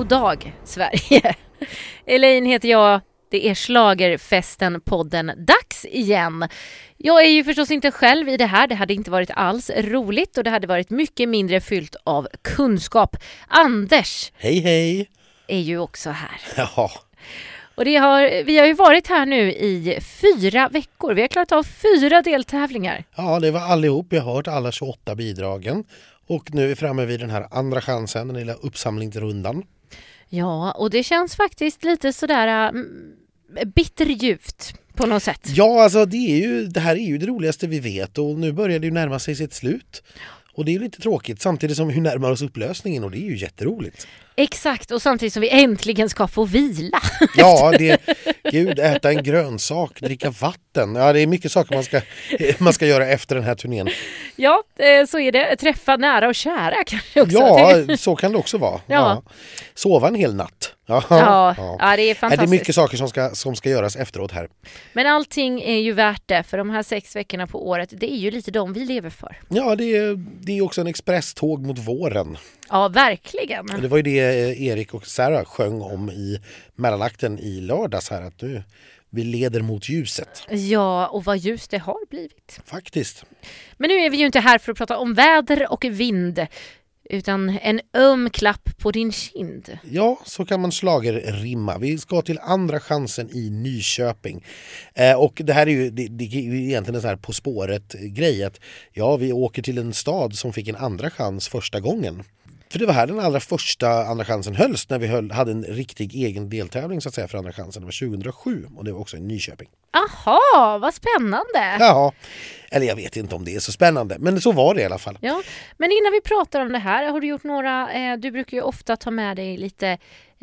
God dag, Sverige. Elaine heter jag. Det är Schlagerfesten-podden dags igen. Jag är ju förstås inte själv i det här. Det hade inte varit alls roligt och det hade varit mycket mindre fyllt av kunskap. Anders. Hej, hej. Är ju också här. Ja. Och vi har ju varit här nu i 4 veckor. Vi har klarat av 4 deltävlingar. Ja, det var allihop. Jag har hört alla 28 bidragen. Och nu är vi framme vid den här andra chansen, den lilla uppsamlingsrundan. Ja, och det känns faktiskt lite sådär bitterljuvt på något sätt. Ja, alltså det här är ju det roligaste vi vet och nu börjar det ju närma sig sitt slut. Och det är ju lite tråkigt samtidigt som vi närmar oss upplösningen och det är ju jätteroligt. Exakt, och samtidigt som vi äntligen ska få vila. Ja, äta en grönsak, dricka vatten. Ja, det är mycket saker man ska göra efter den här turnén. Ja, så är det. Träffa nära och kära kanske också. Ja, så kan det också vara. Ja. Sova en hel natt. Ja, det är fantastiskt. Det är mycket saker som ska göras efteråt här. Men allting är ju värt det, för de här 6 veckorna på året, det är ju lite de vi lever för. Ja, det är också en expresståg mot våren. Ja, verkligen. Det var ju det Erik och Sarah sjöng om i mellanakten i lördags här, att nu vi leder mot ljuset. Ja, och vad ljus det har blivit. Faktiskt. Men nu är vi ju inte här för att prata om väder och vind, utan en klapp på din kind. Ja, så kan man schlagerrimma. Vi ska till andra chansen i Nyköping. Och det här är ju, det är ju egentligen en sån här På spåret-grej. Att, vi åker till en stad som fick en andra chans första gången. För det var här den allra första andra chansen hölls när vi hade en riktig egen deltävling så att säga för andra chansen. Det var 2007 och det var också i Nyköping. Aha, vad spännande. Ja, eller jag vet inte om det är så spännande, men så var det i alla fall. Ja, men innan vi pratar om det här, har du gjort några, du brukar ju ofta ta med dig lite,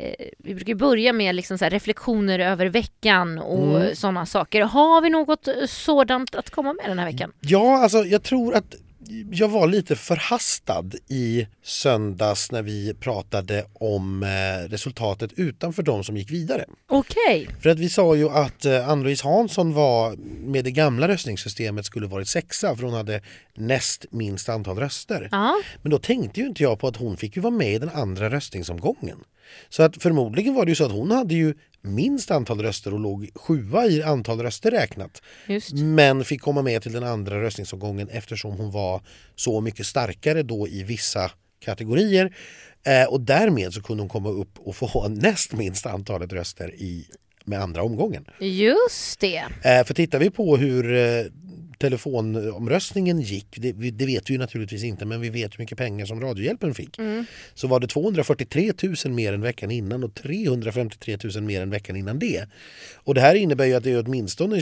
vi brukar börja med liksom så här reflektioner över veckan och sådana saker. Har vi något sådant att komma med den här veckan? Ja, alltså jag tror att jag var lite förhastad i söndags när vi pratade om resultatet utanför de som gick vidare. Okej. För att vi sa ju att Ann-Louise Hansson var med det gamla röstningssystemet skulle varit 6:a för hon hade näst minst antal röster. Men då tänkte ju inte jag på att hon fick ju vara med i den andra röstningsomgången. Så att förmodligen var det ju så att hon hade ju minst antal röster och låg 7:a i antal röster räknat. Just. Men fick komma med till den andra röstningsomgången eftersom hon var så mycket starkare då i vissa kategorier. Och därmed så kunde hon komma upp och få näst minst antalet röster med andra omgången. Just det. För tittar vi på hur telefonomröstningen gick, det vet vi ju naturligtvis inte, men vi vet hur mycket pengar som Radiohjälpen fick. Så var det 243 000 mer än veckan innan och 353 000 mer än veckan innan det. Och det här innebär ju att det är åtminstone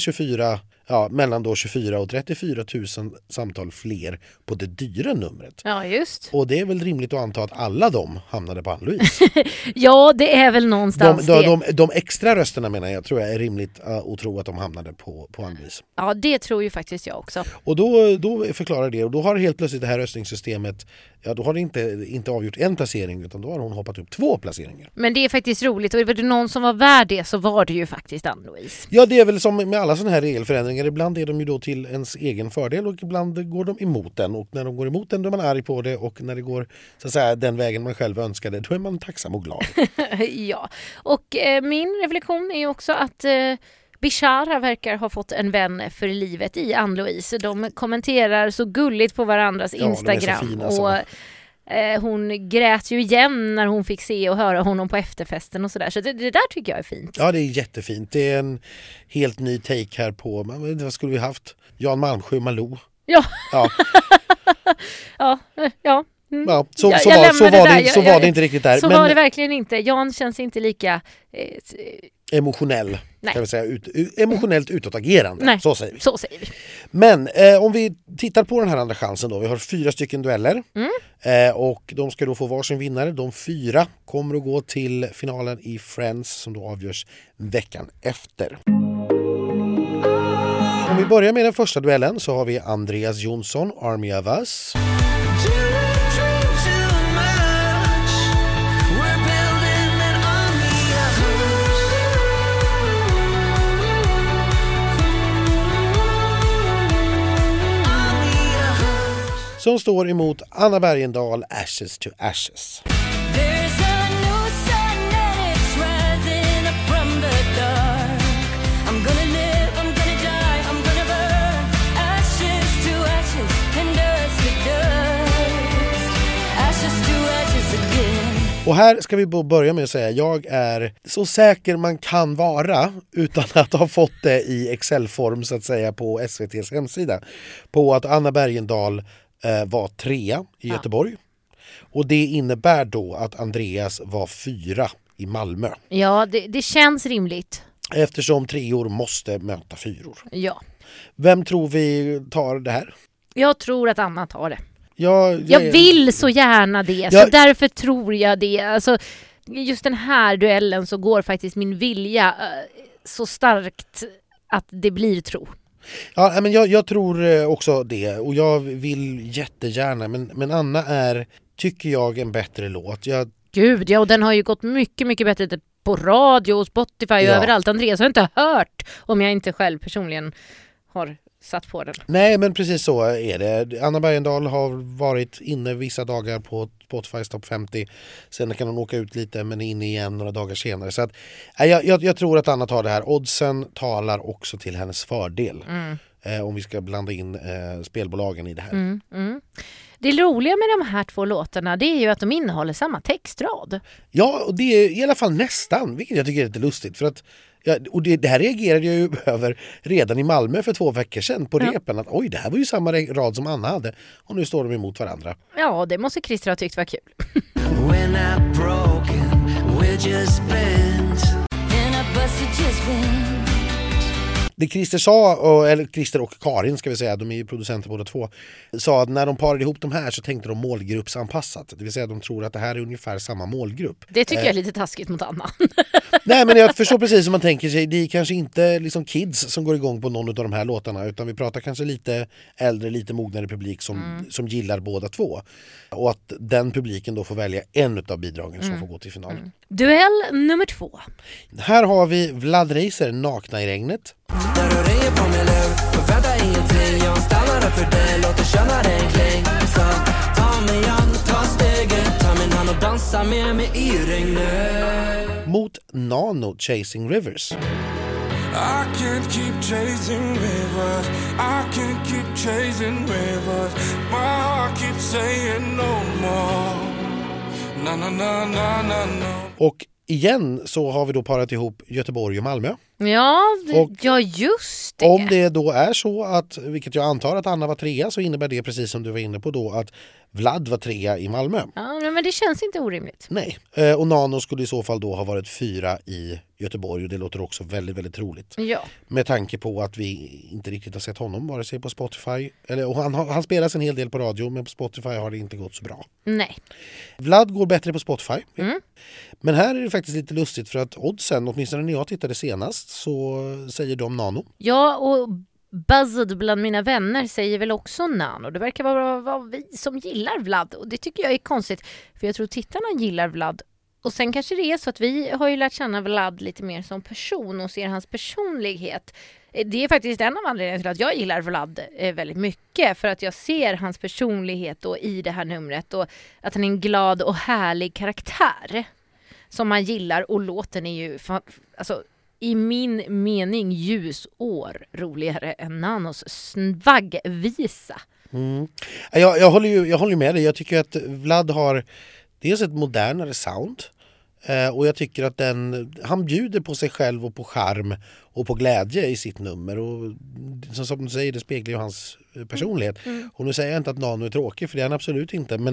mellan då 24 och 34 000 samtal fler på det dyra numret. Ja, just. Och det är väl rimligt att anta att alla de hamnade på Ann-Louise. Ja, det är väl någonstans de extra rösterna menar jag tror jag är rimligt att tro att de hamnade på Ann-Louise. Ja, det tror ju faktiskt jag också. Och då förklarar det, och då har helt plötsligt det här röstningssystemet, då har det inte avgjort en placering utan då har hon hoppat upp 2 placeringar. Men det är faktiskt roligt, och var det någon som var värd det så var det ju faktiskt Ann-Louise. Ja, det är väl som med alla sådana här regelförändringar, ibland är de ju då till ens egen fördel och ibland går de emot den, och när de går emot den då är man arg på det, och när det går så att säga den vägen man själv önskade då är man tacksam och glad. Ja, och min reflektion är ju också att Bishara verkar ha fått en vän för livet i Ann-Louise. De kommenterar så gulligt på varandras Instagram. Fina, och hon grät ju igen när hon fick se och höra honom på efterfesten och sådär. Så det där tycker jag är fint. Ja, det är jättefint. Det är en helt ny take här på, vad skulle vi haft? Jan Malmsjö Malou. Ja. Ja. Ja. Ja, så var det inte riktigt där. Så var det verkligen inte. Jan känns inte lika emotionell. Kan vi säga, emotionellt utåtagerande. Nej, så säger vi. Så säger vi. Men om vi tittar på den här andra chansen då. Vi har 4 stycken dueller. Och de ska då få varsin vinnare. De 4 kommer att gå till finalen i Friends som då avgörs veckan efter. Om vi börjar med den första duellen så har vi Andreas Jonsson, Army of Us. Som står emot Anna Bergendahl, Ashes to Ashes. There's a new sun Och här ska vi börja med att säga jag är så säker man kan vara utan att ha fått det i Excel-form så att säga på SVT:s hemsida på att Anna Bergendahl var 3 i Göteborg. Och det innebär då att Andreas var 4 i Malmö. Ja, det känns rimligt. Eftersom 3-or måste möta 4-or. Ja. Vem tror vi tar det här? Jag tror att Anna tar det. Jag vill så gärna det, så därför tror jag det. Alltså, just den här duellen så går faktiskt min vilja så starkt att det blir tro. Ja, men jag tror också det och jag vill jättegärna men Anna är, tycker jag, en bättre låt. Gud, ja, och den har ju gått mycket, mycket bättre på radio och Spotify och överallt. Andreas har inte hört om jag inte själv personligen har satt på den. Nej, men precis så är det. Anna Bergendahl har varit inne vissa dagar på Spotifys topp 50. Sen kan hon åka ut lite men är inne igen några dagar senare. Så att, jag tror att Anna tar det här. Oddsen talar också till hennes fördel. Om vi ska blanda in spelbolagen i det här. Det roliga med de här 2 låtarna, det är ju att de innehåller samma textrad. Ja, och det är i alla fall nästan, vilket jag tycker är lite lustigt. För att, och det här reagerade jag ju över redan i Malmö för 2 veckor sedan på repen. Att oj, det här var ju samma rad som Anna hade. Och nu står de emot varandra. Ja, det måste Christer ha tyckt var kul. Det Christer sa, eller Christer och Karin ska vi säga, de är ju producenter båda 2, sa att när de parade ihop de här så tänkte de målgruppsanpassat. Det vill säga de tror att det här är ungefär samma målgrupp. Det tycker jag är lite taskigt mot Anna. Nej, men jag förstår precis som man tänker sig. Det är kanske inte liksom kids som går igång på någon av de här låtarna, utan vi pratar kanske lite äldre, lite mognare publik som gillar båda 2. Och att den publiken då får välja en av bidragen som får gå till final. Duell nummer 2. Här har vi Vlad Reiser, Nakna i regnet. När du ringer på min lur, förvänta ingenting. Jag stannar för dig, låt dig känna dig kling. Så ta mig an, ta steget, ta min hand och dansa med mig i regnet. Mot Nano, Chasing Rivers. I can't keep chasing rivers, I can't keep chasing rivers. My heart keeps saying no more. Na na na na na na. Och igen så har vi då parat ihop Göteborg och Malmö. Ja, just det. Om det då är så att, vilket jag antar att Anna var 3, så innebär det precis som du var inne på då att Vlad var 3 i Malmö. Ja, men det känns inte orimligt. Nej, och Nano skulle i så fall då ha varit 4 i Göteborg och det låter också väldigt, väldigt troligt. Ja. Med tanke på att vi inte riktigt har sett honom vare sig på Spotify, och han spelas en hel del på radio, men på Spotify har det inte gått så bra. Nej. Vlad går bättre på Spotify. Men här är det faktiskt lite lustigt för att oddsen, åtminstone när jag tittade senast, så säger de Nano. Ja, och buzzed bland mina vänner säger väl också Nano. Det verkar vara vi som gillar Vlad och det tycker jag är konstigt. För jag tror tittarna gillar Vlad. Och sen kanske det är så att vi har ju lärt känna Vlad lite mer som person och ser hans personlighet. Det är faktiskt en av anledningarna till att jag gillar Vlad väldigt mycket. För att jag ser hans personlighet och i det här numret och att han är en glad och härlig karaktär som man gillar. Och låten är ju alltså, i min mening ljusår roligare än Nanos svaggvisa. Jag håller med dig. Jag tycker att Vlad har dels ett modernare sound och jag tycker att han bjuder på sig själv och på charm och på glädje i sitt nummer och som du säger, det speglar ju hans personlighet. Och nu säger jag inte att Nano är tråkig, för det är han absolut inte, men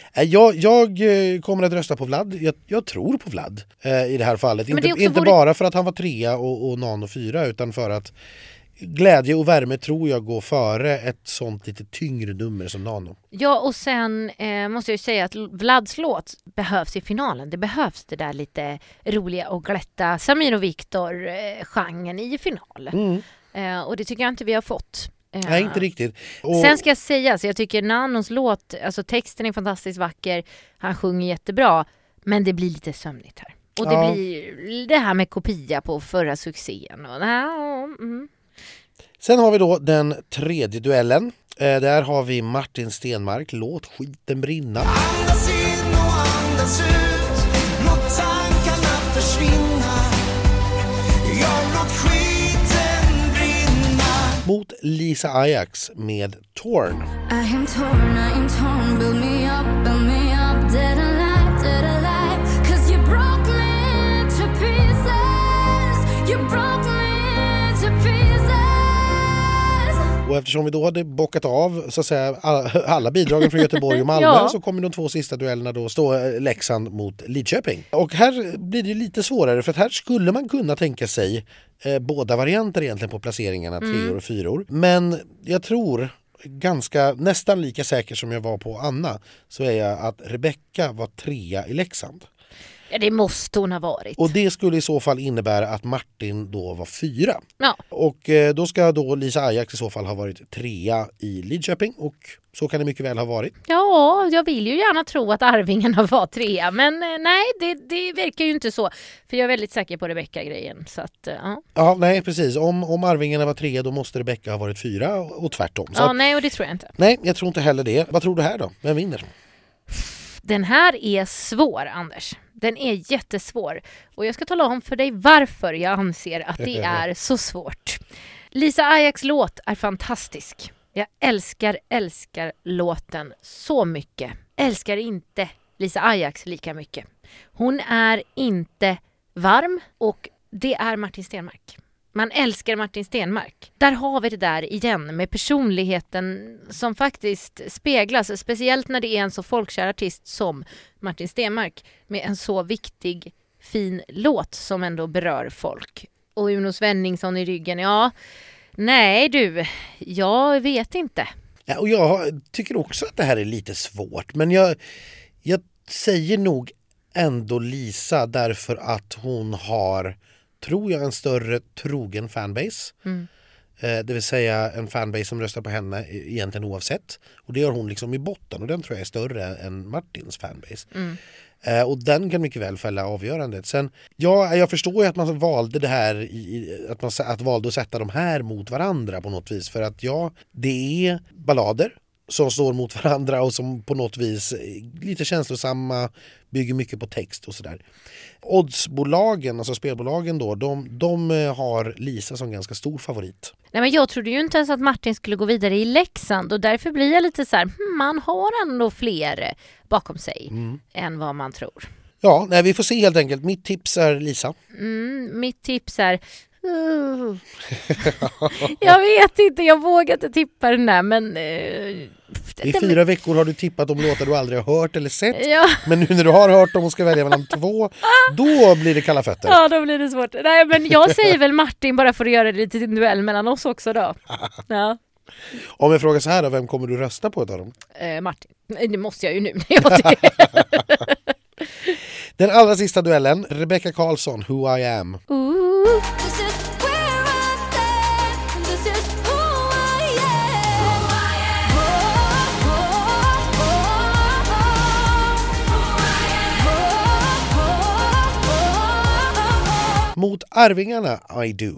jag kommer att rösta på Vlad. Jag tror på Vlad i det här fallet, inte bara för att han var 3 och Nano 4, utan för att glädje och värme tror jag går före ett sånt lite tyngre nummer som Nano. Ja, och sen måste jag ju säga att Vlads låt behövs i finalen. Det behövs det där lite roliga och glätta Samir och Viktor-genren i final. Och det tycker jag inte vi har fått. Nej, inte riktigt. Sen ska jag säga, så jag tycker Nanos låt, alltså texten är fantastiskt vacker, han sjunger jättebra, men det blir lite sömnigt här. Och det blir det här med kopia på förra succén. Och Sen har vi då den tredje duellen. Där har vi Martin Stenmark, Låt skiten brinna. Andas in och andas ut, låt tankarna försvinna. Jag låt skiten brinna. Mot Lisa Ajax med Torn. I am torn, build me up, dead alive, Och eftersom vi då hade bockat av så att säga, alla bidragen från Göteborg och Malmö Ja. så kommer de 2 sista duellerna då stå Leksand mot Lidköping. Och här blir det lite svårare för att här skulle man kunna tänka sig båda varianter egentligen på placeringarna, 3 och 4. Men jag tror nästan lika säker som jag var på Anna så är jag att Rebecka var 3 i Leksand. Ja, det måste hon ha varit. Och det skulle i så fall innebära att Martin då var 4. Ja. Och då ska då Lisa Ajax i så fall ha varit 3 i Lidköping och så kan det mycket väl ha varit. Ja, jag vill ju gärna tro att Arvingarna var 3, men nej, det verkar ju inte så. För jag är väldigt säker på Rebecka-grejen. Så att, ja. Ja, nej precis. Om Arvingarna var 3 då måste Rebecka ha varit 4 och tvärtom. Så Ja, att, nej, och det tror jag inte. nej, jag tror inte heller det. Vad tror du här då? Vem vinner? Den här är svår, Anders. Den är jättesvår. Och jag ska tala om för dig varför jag anser att det är så svårt. Lisa Ajax låt är fantastisk. Jag älskar låten så mycket. Älskar inte Lisa Ajax lika mycket. Hon är inte varm och det är Martin Stenmarck. Man älskar Martin Stenmarck. Där har vi det där igen med personligheten som faktiskt speglas. Speciellt när det är en så folkkär artist som Martin Stenmarck med en så viktig, fin låt som ändå berör folk. Och Uno Svenningsson i ryggen, ja, nej du, jag vet inte. Ja, och jag tycker också att det här är lite svårt. Men jag säger nog ändå Lisa därför att hon har, tror jag, en större trogen fanbase. Det vill säga en fanbase som röstar på henne egentligen oavsett. Och det gör hon liksom i botten och den tror jag är större än Martins fanbase. Och den kan mycket väl fälla avgörandet. Sen, ja, jag förstår ju att man valde det här att valde att sätta de här mot varandra på något vis. För att ja, det är ballader som står mot varandra och som på något vis lite känslosamma, bygger mycket på text och sådär. Oddsbolagen, alltså spelbolagen då, de har Lisa som ganska stor favorit. Nej, men jag trodde ju inte ens att Martin skulle gå vidare i Leksand och därför blir jag lite så här, man har ändå fler bakom sig än vad man tror. Ja, nej, vi får se helt enkelt. Mitt tips är Lisa. Mitt tips är jag vet inte, jag vågar inte tippa den där, men i 4 veckor har du tippat om låtar du aldrig har hört eller sett. Ja. Men nu när du har hört dem och ska välja mellan 2, då blir det kalla fötter. Ja, då blir det svårt. Nej, men jag säger väl Martin bara för att göra det lite till duell mellan oss också då. Ja. Om jag frågar så här då, vem kommer du rösta på utav dem? Martin. Det måste jag ju nu när jag det. Den allra sista duellen, Rebecca Karlsson, Who I Am. Mot Arvingarna, I Do.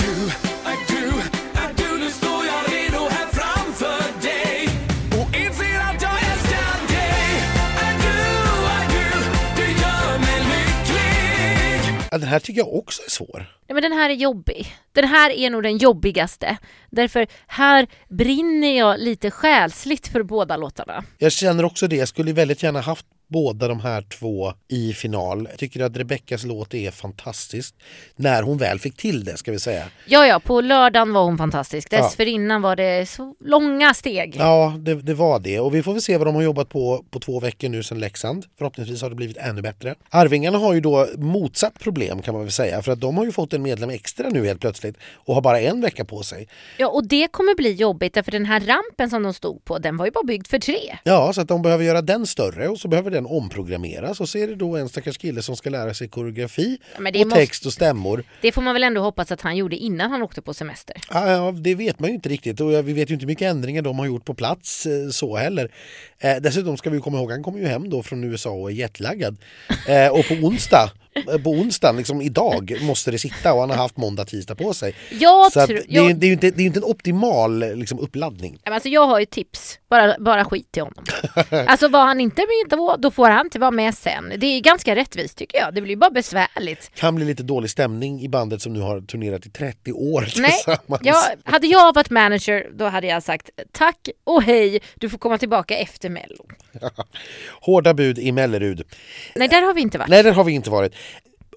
Nu står jag redo här framför dig och inser att jag älskar dig. I do, du gör mig lycklig. Ja, den här tycker jag också är svår. Ja, men den här är jobbig. Den här är nog den jobbigaste. Därför här brinner jag lite själsligt för båda låtarna. Jag känner också det. Jag skulle väldigt gärna haft båda de här 2 i final. Jag tycker att Rebeckas låt är fantastisk. När hon väl fick till det, ska vi säga. Ja, på lördagen var hon fantastisk. Dessförinnan var det så långa steg. Ja, det var det. Och vi får väl se vad de har jobbat på 2 veckor nu sedan Leksand. Förhoppningsvis har det blivit ännu bättre. Arvingarna har ju då motsatt problem kan man väl säga. För att de har ju fått en medlem extra nu helt plötsligt. Och har bara 1 vecka på sig. Ja, och det kommer bli jobbigt. För den här rampen som de stod på, den var ju bara byggd för 3. Ja, så att de behöver göra den större. Och så behöver den omprogrammeras. Och så är det då en stackars kille som ska lära sig koreografi. Men och text och stämmor. Det får man väl ändå hoppas att han gjorde innan han åkte på semester. Ja, det vet man ju inte riktigt. Och vi vet ju inte hur mycket ändringar de har gjort på plats så heller. Dessutom ska vi komma ihåg, han kommer ju hem då från USA och är jetlaggad. Och på onsdagen, liksom idag, måste det sitta och han har haft måndag, tisdag på sig. Det är ju inte en optimal liksom, uppladdning. Alltså jag har ju tips. Bara skit till honom. Alltså var han inte med då får han inte vara med sen. Det är ganska rättvist tycker jag. Det blir bara besvärligt. Kan bli lite dålig stämning i bandet som nu har turnerat i 30 år tillsammans. Hade jag varit manager då hade jag sagt tack och hej. Du får komma tillbaka efter Mello. Hårda bud i Mellerud. Nej, där har vi inte varit. Nej, där har vi inte varit.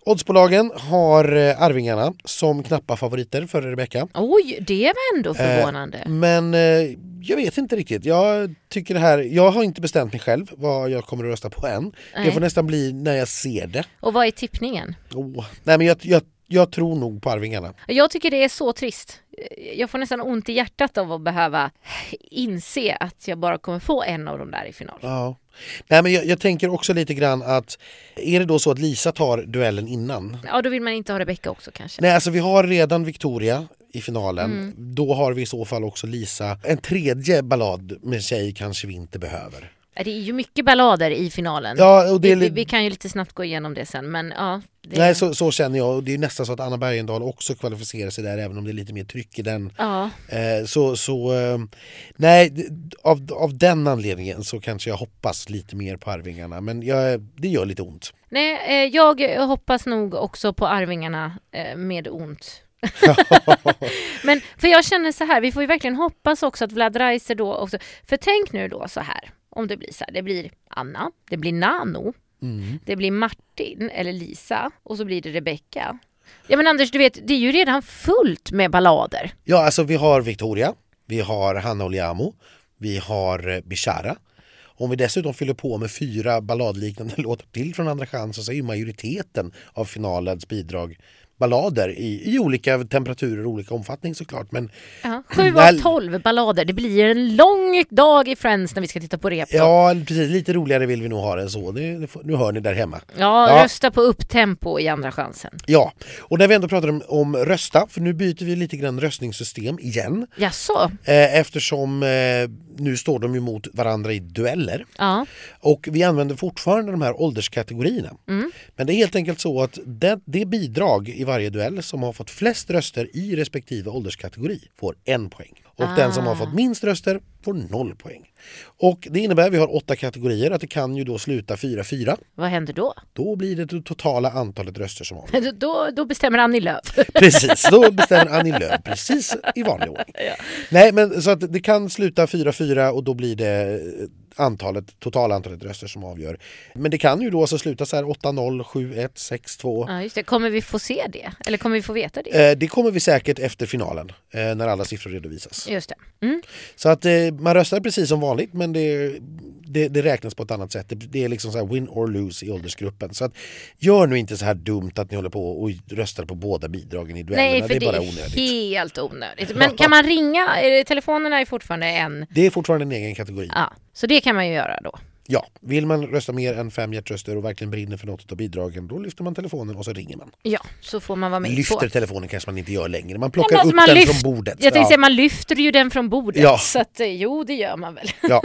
Oddsbolagen har Arvingarna som knappa favoriter för Rebecca. Oj, det var ändå förvånande. Men jag vet inte riktigt. Jag tycker det här, jag har inte bestämt mig själv vad jag kommer att rösta på än. Nej. Det får nästan bli när jag ser det. Och vad är tippningen? Nej, men jag tror nog på Arvingarna. Jag tycker det är så trist. Jag får nästan ont i hjärtat av att behöva inse att jag bara kommer få en av dem där i final. Ja. Nej, men jag tänker också lite grann att är det då så att Lisa tar duellen innan? Ja, då vill man inte ha Rebecca också kanske. Nej, alltså vi har redan Victoria i finalen. Då har vi i så fall också Lisa. En tredje ballad med tjej kanske vi inte behöver. Det är ju mycket ballader i finalen. Ja, och vi kan ju lite snabbt gå igenom det sen, men ja. Nej, så känner jag. Och det är nästan så att Anna Bergendahl också kvalificerar sig där, även om det är lite mer tryck i den. Ja. Nej, av den anledningen så kanske jag hoppas lite mer på Arvingarna. Men det gör lite ont. Nej, jag hoppas nog också på Arvingarna med ont. Men för jag känner så här, vi får ju verkligen hoppas också att Vlad Reiser då också, för tänk nu då så här, om det blir så här, det blir Anna, det blir Nano, det blir Martin eller Lisa och så blir det Rebecca. Ja, men Anders, du vet, det är ju redan fullt med ballader. Ja, alltså vi har Victoria, vi har Hanna Oliamo, vi har Bishara. Om vi dessutom fyller på med 4 balladliknande låtar till från Andra chans så är ju majoriteten av finalens bidrag ballader i olika temperaturer och olika omfattning såklart. Men 7 av 12 ballader. Det blir en lång dag i Friends när vi ska titta på rep. Ja, precis. Lite roligare vill vi nog ha det så. Nu hör ni där hemma. Ja, rösta på upptempo i Andra chansen. Ja, och när vi ändå pratar om rösta, för nu byter vi lite grann röstningssystem igen. Jaså? Eftersom nu står de emot varandra i dueller. Ja. Och vi använder fortfarande de här ålderskategorierna. Men det är helt enkelt så att det bidrag i varje duell som har fått flest röster i respektive ålderskategori får 1 poäng. Och den som har fått minst röster får 0 poäng. Och det innebär att vi har 8 kategorier, att det kan ju då sluta 4-4. Vad händer då? Då blir det totala antalet röster som har. Då bestämmer Annie Lööf. Precis, då bestämmer Annie Lööf precis i vanlig ordning. Ja. Nej, men så att det kan sluta 4-4 och då blir det totala antalet röster som avgör. Men det kan ju då så sluta så här 8-0, 7-1, 6-2. Ja, just det. Kommer vi få se det? Eller kommer vi få veta det? Det kommer vi säkert efter finalen när alla siffror redovisas. Just det. Så att man röstar precis som vanligt, men det räknas på ett annat sätt. Det är liksom så här win or lose i åldersgruppen. Så att gör nu inte så här dumt att ni håller på och röstar på båda bidragen i duellerna. Nej, för det är bara onödigt. Helt onödigt. Men kan man ringa? Telefonerna är fortfarande en... Det är fortfarande en egen kategori. Ja, så det kan man ju göra då. Ja, vill man rösta mer än 5 hjärtröster och verkligen brinner för något av bidragen, då lyfter man telefonen och så ringer man. Ja, så får man vara med lyfter telefonen kanske man inte gör längre. Man plockar upp den från bordet. Jag tänkte säga, man lyfter ju den från bordet. Ja. Så att, jo, det gör man väl. Ja,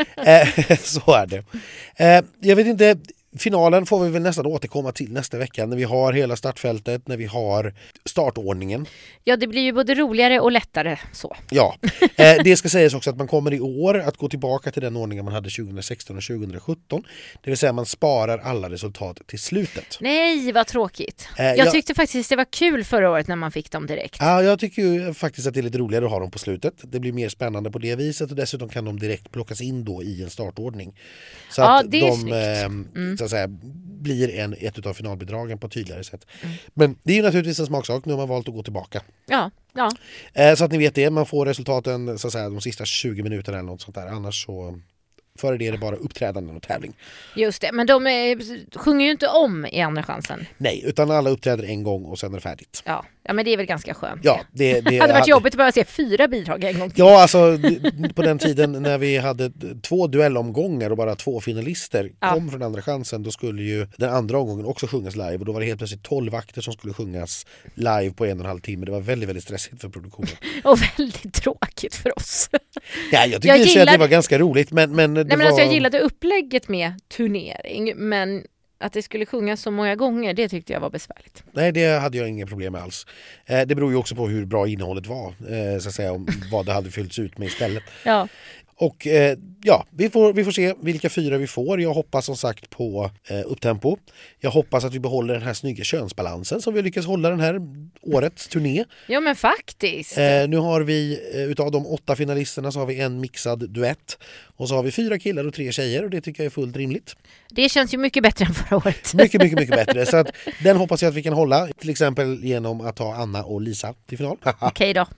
så är det. Jag vet inte... Finalen får vi väl nästan återkomma till nästa vecka när vi har hela startfältet, när vi har startordningen. Ja, det blir ju både roligare och lättare så. Ja, det ska sägas också att man kommer i år att gå tillbaka till den ordningen man hade 2016 och 2017. Det vill säga man sparar alla resultat till slutet. Nej, vad tråkigt. Jag tyckte faktiskt det var kul förra året när man fick dem direkt. Ja, jag tycker ju faktiskt att det är lite roligare att ha dem på slutet. Det blir mer spännande på det viset och dessutom kan de direkt plockas in då i en startordning. Så att det är de... så att säga, blir ett av finalbidragen på ett tydligare sätt. Men det är ju naturligtvis en smaksak. Nu har man valt att gå tillbaka. Ja. Så att ni vet det. Man får resultaten så att säga, de sista 20 minuterna eller något sånt där. Annars så... Före det är det bara uppträdanden och tävling. Just det, men de sjunger ju inte om i Andra chansen. Nej, utan alla uppträder en gång och sen är det färdigt. Ja men det är väl ganska skönt. Ja, det hade varit jobbigt att bara se 4 bidrag en gång till. Ja, alltså på den tiden när vi hade 2 duellomgångar och bara 2 finalister kom från Andra chansen, då skulle ju den andra omgången också sjungas live och då var det helt plötsligt 12 akter som skulle sjungas live på 1,5 timme. Det var väldigt, väldigt stressigt för produktionen. Och väldigt tråkigt för oss. Ja, jag tycker att det var ganska roligt, men alltså jag gillade upplägget med turnering, men att det skulle sjungas så många gånger, det tyckte jag var besvärligt. Nej, det hade jag inga problem med alls. Det beror ju också på hur bra innehållet var, så att säga, om vad det hade fyllts ut med istället. Ja. Och vi får se vilka 4 vi får. Jag hoppas som sagt på upptempo. Jag hoppas att vi behåller den här snygga könsbalansen som vi lyckas hålla den här årets turné. Ja, men faktiskt. Nu har vi, utav de 8 finalisterna så har vi en mixad duett. Och så har vi 4 killar och 3 tjejer och det tycker jag är fullt rimligt. Det känns ju mycket bättre än förra året. Mycket bättre. Så att den hoppas jag att vi kan hålla. Till exempel genom att ta Anna och Lisa till final. Okej då.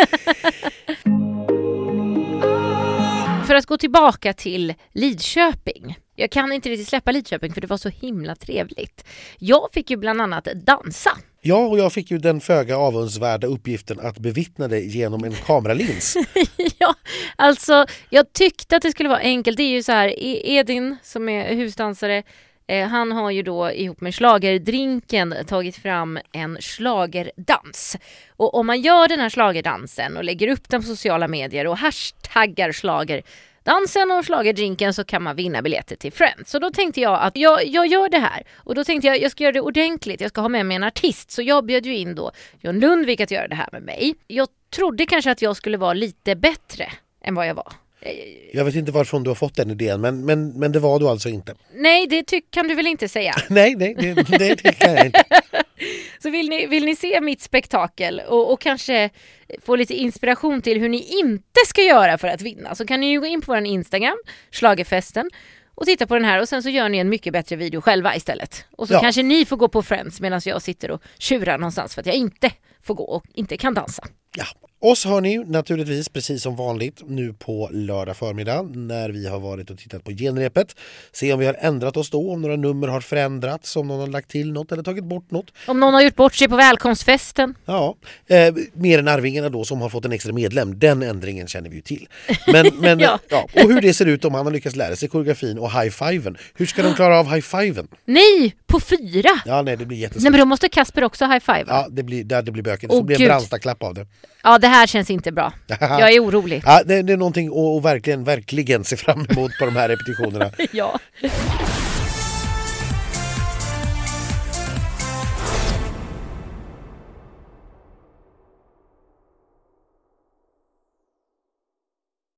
För att gå tillbaka till Lidköping. Jag kan inte riktigt släppa Lidköping för det var så himla trevligt. Jag fick ju bland annat dansa. Ja, och jag fick ju den föga avundsvärda uppgiften att bevittna det genom en kameralins. Ja, alltså jag tyckte att det skulle vara enkelt. Det är ju så här, Edin som är husdansare, han har ju då ihop med Schlagerdrinken tagit fram en schlagerdans. Och om man gör den här schlagerdansen och lägger upp den på sociala medier och hashtaggar schlagerdansen och schlagerdrinken så kan man vinna biljetter till Friends. Så då tänkte jag att jag gör det här. Och då tänkte jag ska göra det ordentligt. Jag ska ha med mig en artist. Så jag bjöd ju in då John Lundvik att göra det här med mig. Jag trodde kanske att jag skulle vara lite bättre än vad jag var. Jag vet inte varifrån du har fått den idén, men det var du alltså inte. Nej, det kan du väl inte säga? Nej, det kan jag inte. Så vill ni se mitt spektakel och kanske få lite inspiration till hur ni inte ska göra för att vinna, så kan ni ju gå in på vår Instagram, Schlagerfesten, och titta på den här och sen så gör ni en mycket bättre video själva istället. Och så kanske ni får gå på Friends medan jag sitter och tjurar någonstans för att jag inte får gå och inte kan dansa. Ja, oss hör ni naturligtvis precis som vanligt nu på lördag förmiddag när vi har varit och tittat på genrepet. Se om vi har ändrat oss då, om några nummer har förändrats, om någon har lagt till något eller tagit bort något. Om någon har gjort bort sig på välkomstfesten. Ja, mer än Arvingarna då som har fått en extra medlem. Den ändringen känner vi ju till. Men Ja. Och hur det ser ut om han har lyckats lära sig koreografin och high-fiven. Hur ska de klara av high-fiven? Nej, på 4! Ja, nej, det blir jättesvårt. Nej, men då måste Kasper också high-five. Ja, det blir böken. Det får bli en brandstaklapp av det. Ja, det här känns inte bra. Jag är orolig. Ja, det är någonting att verkligen se fram emot på de här repetitionerna. Ja.